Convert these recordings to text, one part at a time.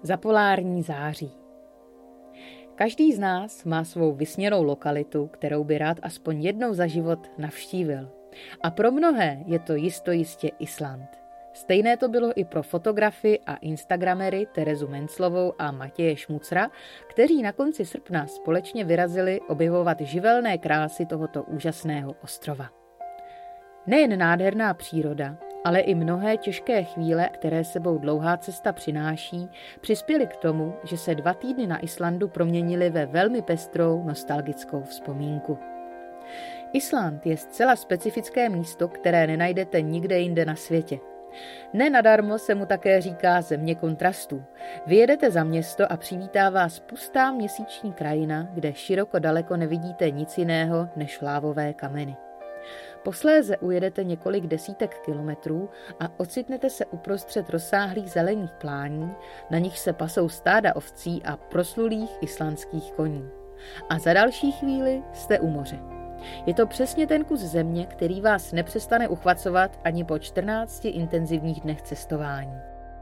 Za polární září. Každý z nás má svou vysněnou lokalitu, kterou by rád aspoň jednou za život navštívil. A pro mnohé je to jistě Island. Stejné to bylo i pro fotografy a instagramery Terezu Menclovou a Matěje Šmucra, kteří na konci srpna společně vyrazili objevovat živelné krásy tohoto úžasného ostrova. Nejen nádherná příroda, ale i mnohé těžké chvíle, které sebou dlouhá cesta přináší, přispěly k tomu, že se 2 týdny na Islandu proměnily ve velmi pestrou nostalgickou vzpomínku. Island je zcela specifické místo, které nenajdete nikde jinde na světě. Nenadarmo se mu také říká země kontrastů. Vyjedete za město a přivítá vás pustá měsíční krajina, kde široko daleko nevidíte nic jiného než lávové kameny. Posléze ujedete několik desítek kilometrů a ocitnete se uprostřed rozsáhlých zelených plání, na nich se pasou stáda ovcí a proslulých islandských koní. A za další chvíli jste u moře. Je to přesně ten kus země, který vás nepřestane uchvacovat ani po 14 intenzivních dnech cestování.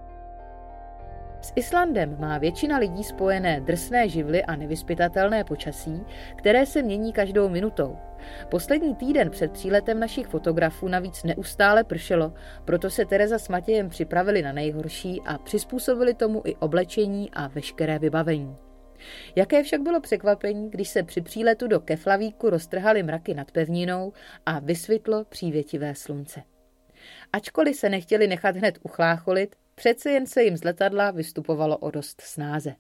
S Islandem má většina lidí spojené drsné živly a nevyzpytatelné počasí, které se mění každou minutou. Poslední týden před příletem našich fotografů navíc neustále pršelo, proto se Tereza s Matějem připravili na nejhorší a přizpůsobili tomu i oblečení a veškeré vybavení. Jaké však bylo překvapení, když se při příletu do Keflavíku roztrhaly mraky nad pevninou a vysvitlo přívětivé slunce. Ačkoliv se nechtěli nechat hned uchlácholit, přece jen se jim z letadla vystupovalo o dost snáze.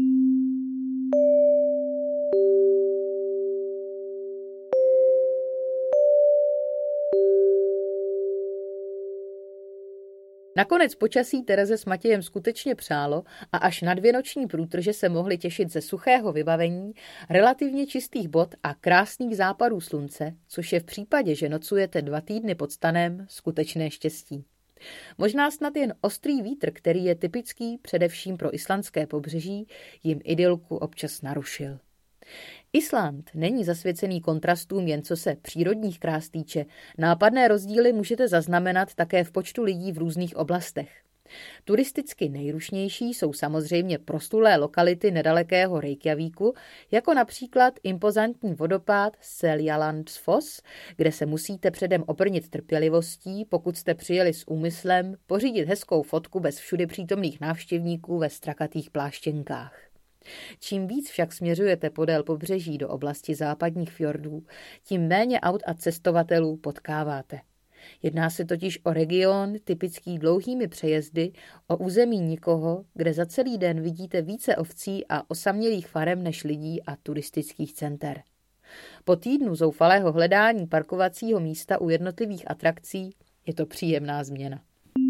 Nakonec počasí Tereze s Matějem skutečně přálo a až na 2 noční průtrže se mohli těšit ze suchého vybavení, relativně čistých bot a krásných západů slunce, což je v případě, že nocujete 2 týdny pod stanem, skutečné štěstí. Možná snad jen ostrý vítr, který je typický především pro islandské pobřeží, jim idylku občas narušil. Island není zasvěcený kontrastům jen co se přírodních krás týče. Nápadné rozdíly můžete zaznamenat také v počtu lidí v různých oblastech. Turisticky nejrušnější jsou samozřejmě proslulé lokality nedalekého Reykjavíku, jako například impozantní vodopád Seljalandsfoss, kde se musíte předem obrnit trpělivostí, pokud jste přijeli s úmyslem pořídit hezkou fotku bez všudy přítomných návštěvníků ve strakatých pláštěnkách. Čím víc však směřujete podél pobřeží do oblasti západních fjordů, tím méně aut a cestovatelů potkáváte. Jedná se totiž o region typický dlouhými přejezdy, o území nikoho, kde za celý den vidíte více ovcí a osamělých farem než lidí a turistických center. Po týdnu zoufalého hledání parkovacího místa u jednotlivých atrakcí je to příjemná změna.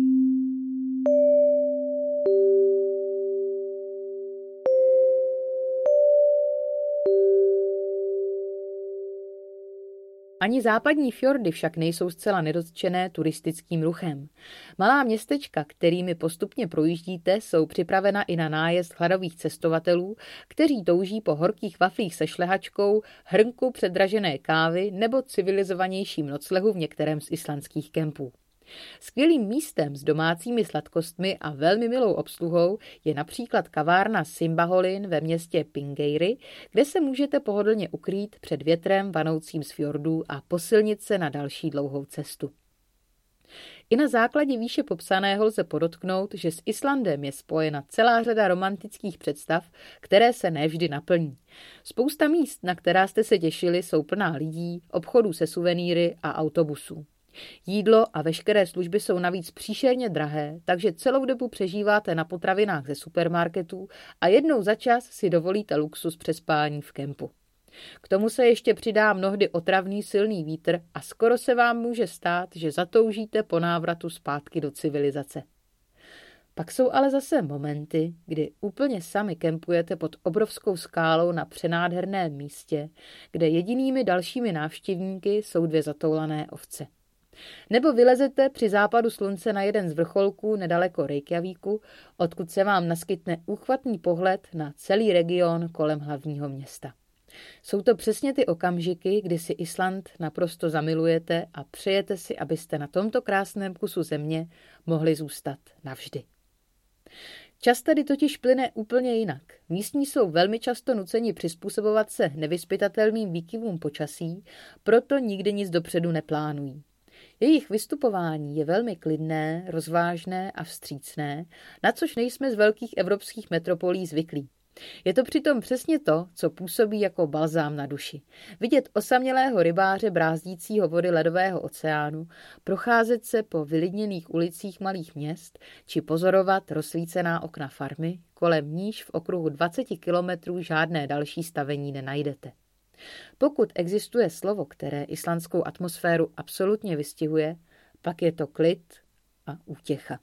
Ani západní fjordy však nejsou zcela nedotčené turistickým ruchem. Malá městečka, kterými postupně projíždíte, jsou připravena i na nájezd hladových cestovatelů, kteří touží po horkých waflích se šlehačkou, hrnku předražené kávy nebo civilizovanějším noclehu v některém z islandských kempů. Skvělým místem s domácími sladkostmi a velmi milou obsluhou je například kavárna Simbaholin ve městě Pingeyri, kde se můžete pohodlně ukrýt před větrem vanoucím z fjordů a posilnit se na další dlouhou cestu. I na základě výše popsaného lze podotknout, že s Islandem je spojena celá řada romantických představ, které se nevždy naplní. Spousta míst, na která jste se těšili, jsou plná lidí, obchodů se suvenýry a autobusů. Jídlo a veškeré služby jsou navíc příšerně drahé, takže celou dobu přežíváte na potravinách ze supermarketů a jednou za čas si dovolíte luxus přespání v kempu. K tomu se ještě přidá mnohdy otravný silný vítr a skoro se vám může stát, že zatoužíte po návratu zpátky do civilizace. Pak jsou ale zase momenty, kdy úplně sami kempujete pod obrovskou skálou na přenádherném místě, kde jedinými dalšími návštěvníky jsou 2 zatoulané ovce. Nebo vylezete při západu slunce na jeden z vrcholků nedaleko Reykjavíku, odkud se vám naskytne úchvatný pohled na celý region kolem hlavního města. Jsou to přesně ty okamžiky, kdy si Island naprosto zamilujete a přejete si, abyste na tomto krásném kusu země mohli zůstat navždy. Čas tady totiž plyne úplně jinak. Místní jsou velmi často nuceni přizpůsobovat se nevyzpytatelným výkyvům počasí, proto nikdy nic dopředu neplánují. Jejich vystupování je velmi klidné, rozvážné a vstřícné, na což nejsme z velkých evropských metropolí zvyklí. Je to přitom přesně to, co působí jako balzám na duši. Vidět osamělého rybáře brázdícího vody ledového oceánu, procházet se po vylidněných ulicích malých měst, či pozorovat rozsvícená okna farmy, kolem níž v okruhu 20 kilometrů žádné další stavení nenajdete. Pokud existuje slovo, které islandskou atmosféru absolutně vystihuje, pak je to klid a útěcha.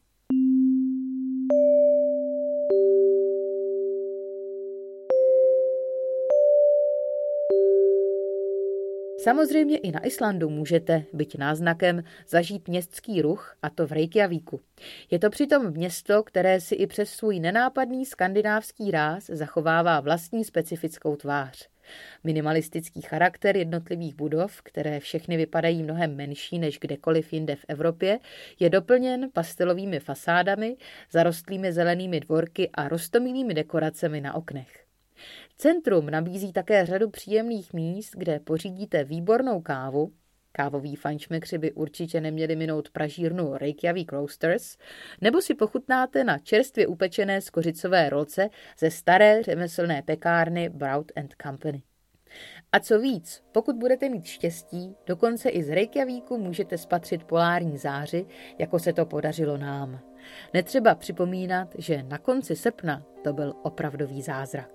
Samozřejmě i na Islandu můžete, byť náznakem, zažít městský ruch, a to v Reykjavíku. Je to přitom město, které si i přes svůj nenápadný skandinávský ráz zachovává vlastní specifickou tvář. Minimalistický charakter jednotlivých budov, které všechny vypadají mnohem menší než kdekoliv jinde v Evropě, je doplněn pastelovými fasádami, zarostlými zelenými dvorky a roztomilými dekoracemi na oknech. Centrum nabízí také řadu příjemných míst, kde pořídíte výbornou kávu. Kávoví fajnšmekři by určitě neměli minout pražírnu Reykjavik Roasters, nebo si pochutnáte na čerstvě upečené skořicové rolce ze staré řemeslné pekárny Braut & Company. A co víc, pokud budete mít štěstí, dokonce i z Reykjavíku můžete spatřit polární záři, jako se to podařilo nám. Netřeba připomínat, že na konci srpna to byl opravdový zázrak.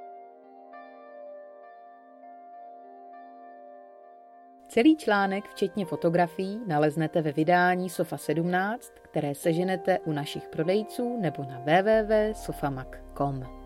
Celý článek, včetně fotografií, naleznete ve vydání Sofa 17, které seženete u našich prodejců nebo na www.sofamag.com.